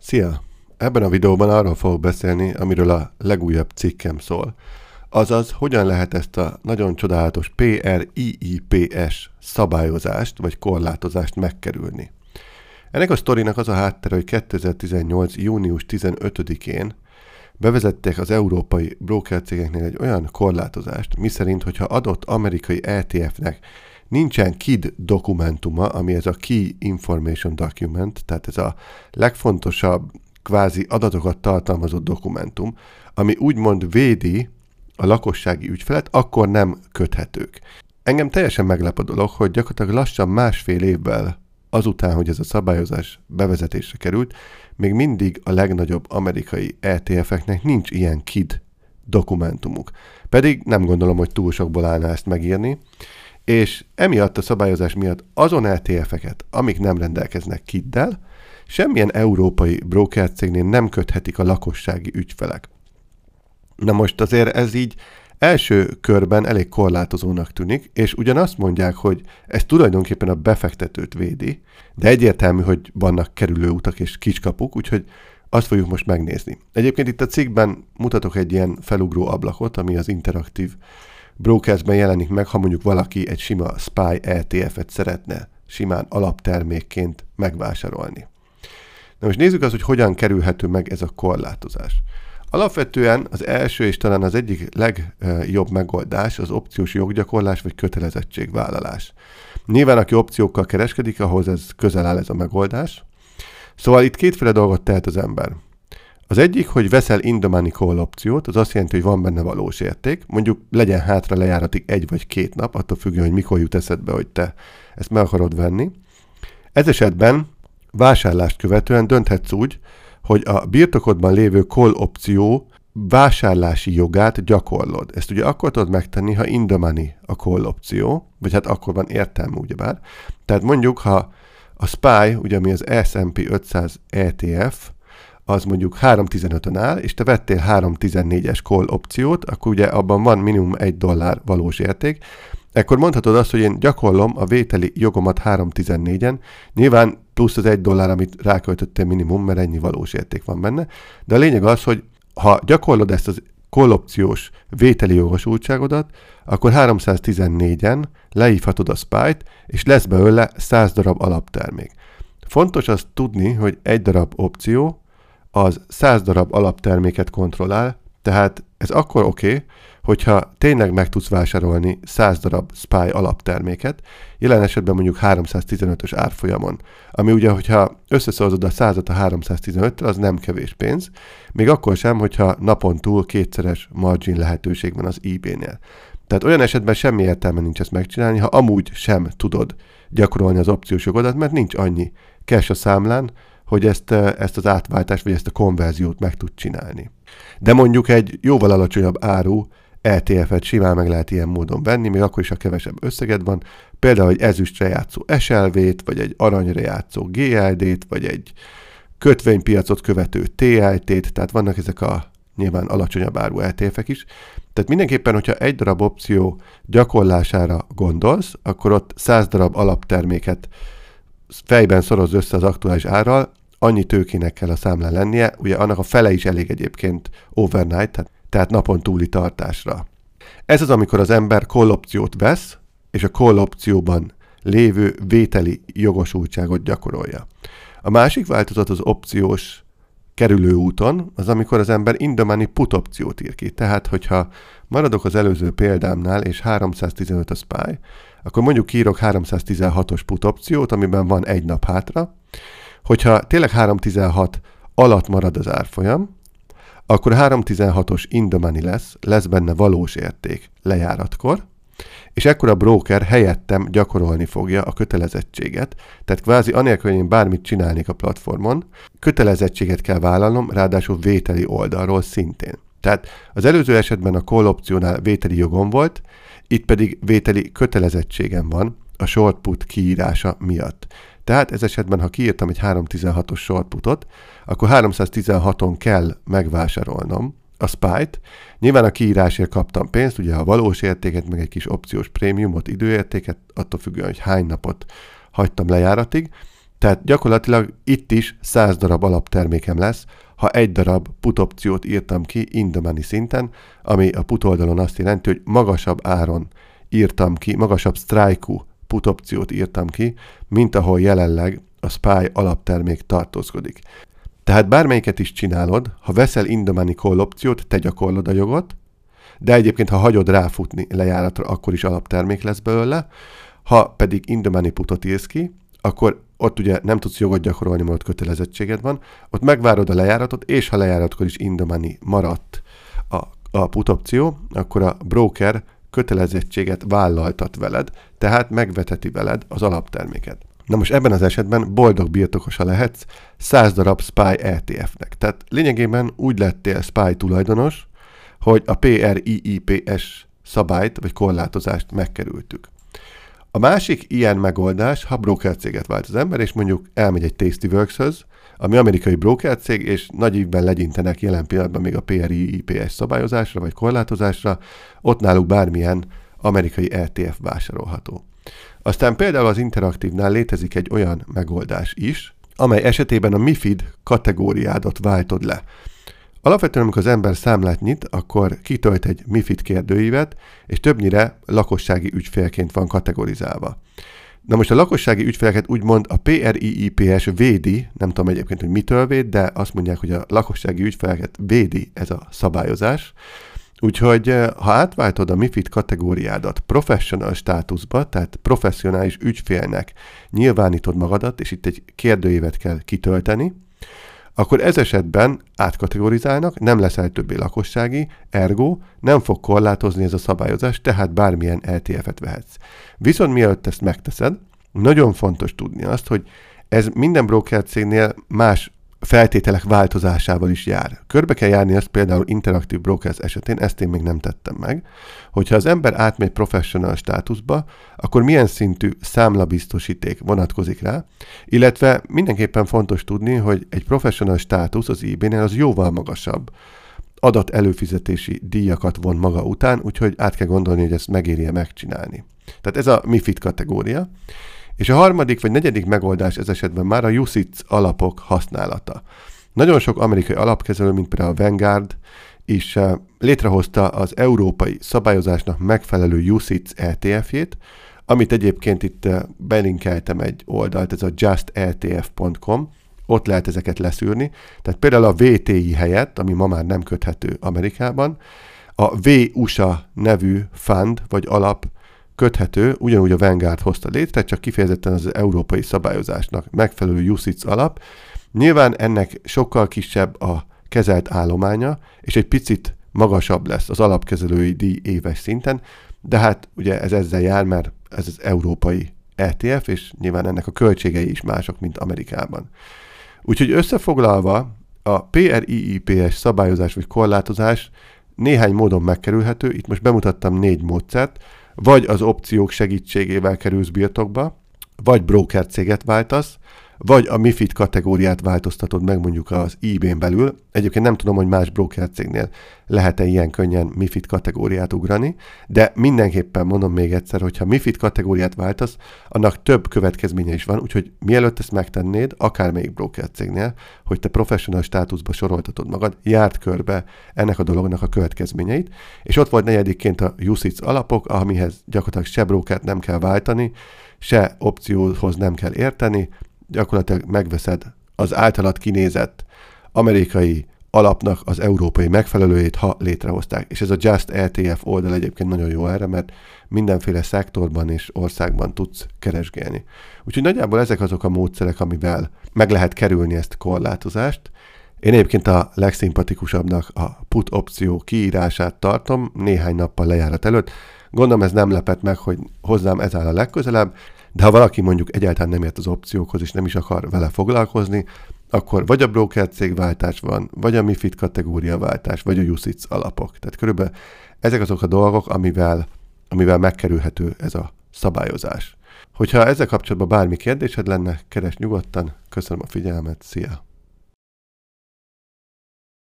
Szia! Ebben a videóban arról fogok beszélni, amiről a legújabb cikkem szól. Azaz, hogyan lehet ezt a nagyon csodálatos PRIIPS szabályozást vagy korlátozást megkerülni. Ennek a sztorinak az a háttere, hogy 2018. június 15-én bevezették az európai brokercégeknél egy olyan korlátozást, miszerint, hogyha adott amerikai ETF-nek nincsen KID dokumentuma, ami ez a Key Information Document, tehát ez a legfontosabb kvázi adatokat tartalmazó dokumentum, ami úgymond védi a lakossági ügyfelet, akkor nem köthetők. Engem teljesen meglep a dolog, hogy gyakorlatilag lassan másfél évvel azután, hogy ez a szabályozás bevezetésre került, még mindig a legnagyobb amerikai ETF-eknek nincs ilyen KID dokumentumuk. Pedig nem gondolom, hogy túl sokból állna ezt megírni, és emiatt a szabályozás miatt azon ETF-eket, amik nem rendelkeznek KID-del, semmilyen európai brokercégnél nem köthetik a lakossági ügyfelek. Na most azért ez így első körben elég korlátozónak tűnik, és ugyan azt mondják, hogy ez tulajdonképpen a befektetőt védi, de egyértelmű, hogy vannak kerülőutak és kiskapuk, úgyhogy azt fogjuk most megnézni. Egyébként itt a cikkben mutatok egy ilyen felugró ablakot, ami az interaktív brokersben jelenik meg, ha mondjuk valaki egy sima SPY ETF-et szeretne simán alaptermékként megvásárolni. Na most nézzük azt, hogy hogyan kerülhető meg ez a korlátozás. Alapvetően az első és talán az egyik legjobb megoldás az opciós joggyakorlás vagy kötelezettségvállalás. Nyilván, aki opciókkal kereskedik, ahhoz ez közel áll ez a megoldás. Szóval itt kétféle dolgot tehet az ember. Az egyik, hogy veszel in the money call opciót, az azt jelenti, hogy van benne valós érték, mondjuk legyen hátra lejáratig 1 vagy 2 nap, attól függően, hogy mikor jut eszedbe, hogy te ezt meg akarod venni. Ez esetben vásárlást követően dönthetsz úgy, hogy a birtokodban lévő call opció vásárlási jogát gyakorlod. Ezt ugye akkor tudod megtenni, ha in the money a call opció, vagy hát akkor van értelme ugyebár. Tehát mondjuk, ha a SPY, ugye ami az S&P 500 ETF, az mondjuk 3.15-ön áll, és te vettél 3.14-es call opciót, akkor ugye abban van minimum $1 valós érték, akkor mondhatod azt, hogy én gyakorlom a vételi jogomat 3.14-en, nyilván plusz az $1, amit ráköltöttél minimum, mert ennyi valós érték van benne, de a lényeg az, hogy ha gyakorlod ezt az call opciós vételi jogosultságodat, akkor 314-en lehívhatod a SPY-t, és lesz belőle 100 darab alaptermék. Fontos azt tudni, hogy egy darab opció az 100 darab alapterméket kontrollál, tehát ez akkor oké, hogyha tényleg meg tudsz vásárolni 100 darab SPY alapterméket, jelen esetben mondjuk 315-ös árfolyamon, ami ugye, hogyha összeszorozod a 100-at a 315-tel, az nem kevés pénz, még akkor sem, hogyha napon túl 2-szeres margin lehetőség van az eBay-nél. Tehát olyan esetben semmi értelme nincs ezt megcsinálni, ha amúgy sem tudod gyakorolni az opciós jogodat, mert nincs annyi cash a számlán, hogy ezt az átváltást, vagy ezt a konverziót meg tud csinálni. De mondjuk egy jóval alacsonyabb áru ETF-et simán meg lehet ilyen módon venni, még akkor is, ha kevesebb összeged van, például egy ezüstre játszó SLV-t, vagy egy aranyra játszó GLD-t, vagy egy kötvénypiacot követő TIT-t, tehát vannak ezek a nyilván alacsonyabb áru ETF-ek is. Tehát mindenképpen, hogyha egy darab opció gyakorlására gondolsz, akkor ott 100 darab alapterméket fejben szorozz össze az aktuális árral, annyi tőkének kell a számlán lennie, ugye annak a fele is elég egyébként overnight, tehát napon túli tartásra. Ez az, amikor az ember call opciót vesz, és a call opcióban lévő vételi jogosultságot gyakorolja. A másik változat az opciós kerülőúton, az amikor az ember in the money put opciót ír ki. Tehát, hogyha maradok az előző példámnál, és 315 a SPY, akkor mondjuk írok 316-os put opciót, amiben van 1 nap hátra. Hogyha tényleg 316 alatt marad az árfolyam, akkor 316-os in the money lesz benne valós érték lejáratkor, és ekkor a broker helyettem gyakorolni fogja a kötelezettséget, tehát kvázi anélkül, hogy én bármit csinálnék a platformon, kötelezettséget kell vállalnom, ráadásul vételi oldalról szintén. Tehát az előző esetben a call opciónál vételi jogom volt, itt pedig vételi kötelezettségem van a short put kiírása miatt. Tehát ez esetben, ha kiírtam egy 316-os short putot, akkor 316-on kell megvásárolnom a SPY-t. Nyilván a kiírásért kaptam pénzt, ugye a valós értéket, meg egy kis opciós prémiumot, időértéket, attól függően, hogy hány napot hagytam lejáratig, Tehát gyakorlatilag itt is 100 darab alaptermékem lesz, ha egy darab put opciót írtam ki in the money szinten, ami a put oldalon azt jelenti, hogy magasabb áron írtam ki, magasabb strike-ú put opciót írtam ki, mint ahol jelenleg a SPY alaptermék tartózkodik. Tehát bármelyiket is csinálod, ha veszel in the money call opciót, te gyakorlod a jogot, de egyébként, ha hagyod ráfutni lejáratra, akkor is alaptermék lesz belőle, ha pedig in the money putot írsz ki, akkor ott ugye nem tudsz jogot gyakorolni, mert ott kötelezettséged van, ott megvárod a lejáratot, és ha lejáratkor is in the money maradt a put opció, akkor a broker kötelezettséget vállaltat veled, tehát megveteti veled az alapterméket. Na most ebben az esetben boldog birtokosa lehetsz 100 darab SPY ETF-nek. Tehát lényegében úgy lettél SPY tulajdonos, hogy a PRIIPS szabályt vagy korlátozást megkerültük. A másik ilyen megoldás, ha brokercéget vált az ember, és mondjuk elmegy egy Tastyworks-höz, ami amerikai brokercég, és nagy ívben legyintenek jelen pillanatban még a PRIIPS szabályozásra vagy korlátozásra, ott náluk bármilyen amerikai ETF vásárolható. Aztán például az Interaktívnál létezik egy olyan megoldás is, amely esetében a MiFID kategóriádat váltod le. Alapvetően, amikor az ember számlát nyit, akkor kitölt egy MiFID kérdőívet, és többnyire lakossági ügyfélként van kategorizálva. Na most a lakossági ügyféleket úgymond a PRIIPS védi, nem tudom egyébként, hogy mitől véd, de azt mondják, hogy a lakossági ügyféleket védi ez a szabályozás. Úgyhogy ha átváltod a MiFID kategóriádat professional státuszba, tehát professzionális ügyfélnek nyilvánítod magadat, és itt egy kérdőívet kell kitölteni, akkor ez esetben átkategorizálnak, nem leszel többé lakossági, ergo nem fog korlátozni ez a szabályozás, tehát bármilyen ETF-et vehetsz. Viszont mielőtt ezt megteszed, nagyon fontos tudni azt, hogy ez minden broker cégnél más feltételek változásával is jár. Körbe kell járni azt például Interactive Brokers esetén, ezt én még nem tettem meg, hogyha az ember átmegy professional státuszba, akkor milyen szintű számlabiztosíték vonatkozik rá, illetve mindenképpen fontos tudni, hogy egy professional státusz az eBay-nél az jóval magasabb adat előfizetési díjakat von maga után, úgyhogy át kell gondolni, hogy ezt megéri-e megcsinálni. Tehát ez a MiFID kategória. És a harmadik vagy negyedik megoldás ez esetben már a UCITS alapok használata. Nagyon sok amerikai alapkezelő, mint például a Vanguard is létrehozta az európai szabályozásnak megfelelő UCITS ETF-jét, amit egyébként itt belinkeltem egy oldalt, ez a justetf.com, ott lehet ezeket leszűrni. Tehát például a VTI helyett, ami ma már nem köthető Amerikában, a VUSA nevű fund vagy alap köthető, ugyanúgy a Vanguard hozta létre, csak kifejezetten az európai szabályozásnak megfelelő UCITS alap. Nyilván ennek sokkal kisebb a kezelt állománya, és egy picit magasabb lesz az alapkezelői díj éves szinten, de hát ugye ez ezzel jár, mert ez az európai ETF, és nyilván ennek a költségei is mások, mint Amerikában. Úgyhogy összefoglalva, a PRIIPS szabályozás vagy korlátozás néhány módon megkerülhető, itt most bemutattam 4 módszert, vagy az opciók segítségével kerülsz birtokba, vagy broker céget váltasz, vagy a MiFID kategóriát változtatod meg mondjuk az eBay-n belül. Egyébként nem tudom, hogy más broker cégnél lehet-e ilyen könnyen MiFID kategóriát ugrani, de mindenképpen mondom még egyszer, hogyha MiFID kategóriát váltasz, annak több következménye is van, úgyhogy mielőtt ezt megtennéd, akármelyik broker cégnél, hogy te professional státuszba soroltatod magad, járd körbe ennek a dolognak a következményeit, és ott volt negyedikként a UCITS alapok, amihez gyakorlatilag se brokert nem kell váltani, se opcióhoz nem kell érteni, gyakorlatilag megveszed az általad kinézett amerikai alapnak az európai megfelelőjét, ha létrehozták. És ez a Just ETF oldal egyébként nagyon jó erre, mert mindenféle szektorban és országban tudsz keresgélni. Úgyhogy nagyjából ezek azok a módszerek, amivel meg lehet kerülni ezt a korlátozást. Én egyébként a legszimpatikusabbnak a put opció kiírását tartom néhány nappal lejárat előtt. Gondolom ez nem lepett meg, hogy hozzám ez áll a legközelebb, de ha valaki mondjuk egyáltalán nem ért az opciókhoz, és nem is akar vele foglalkozni, akkor vagy a broker cégváltás van, vagy a MiFID kategóriaváltás, vagy a UCITS alapok. Tehát körülbelül ezek azok a dolgok, amivel megkerülhető ez a szabályozás. Hogyha ezzel kapcsolatban bármi kérdésed lenne, keresd nyugodtan. Köszönöm a figyelmet, szia!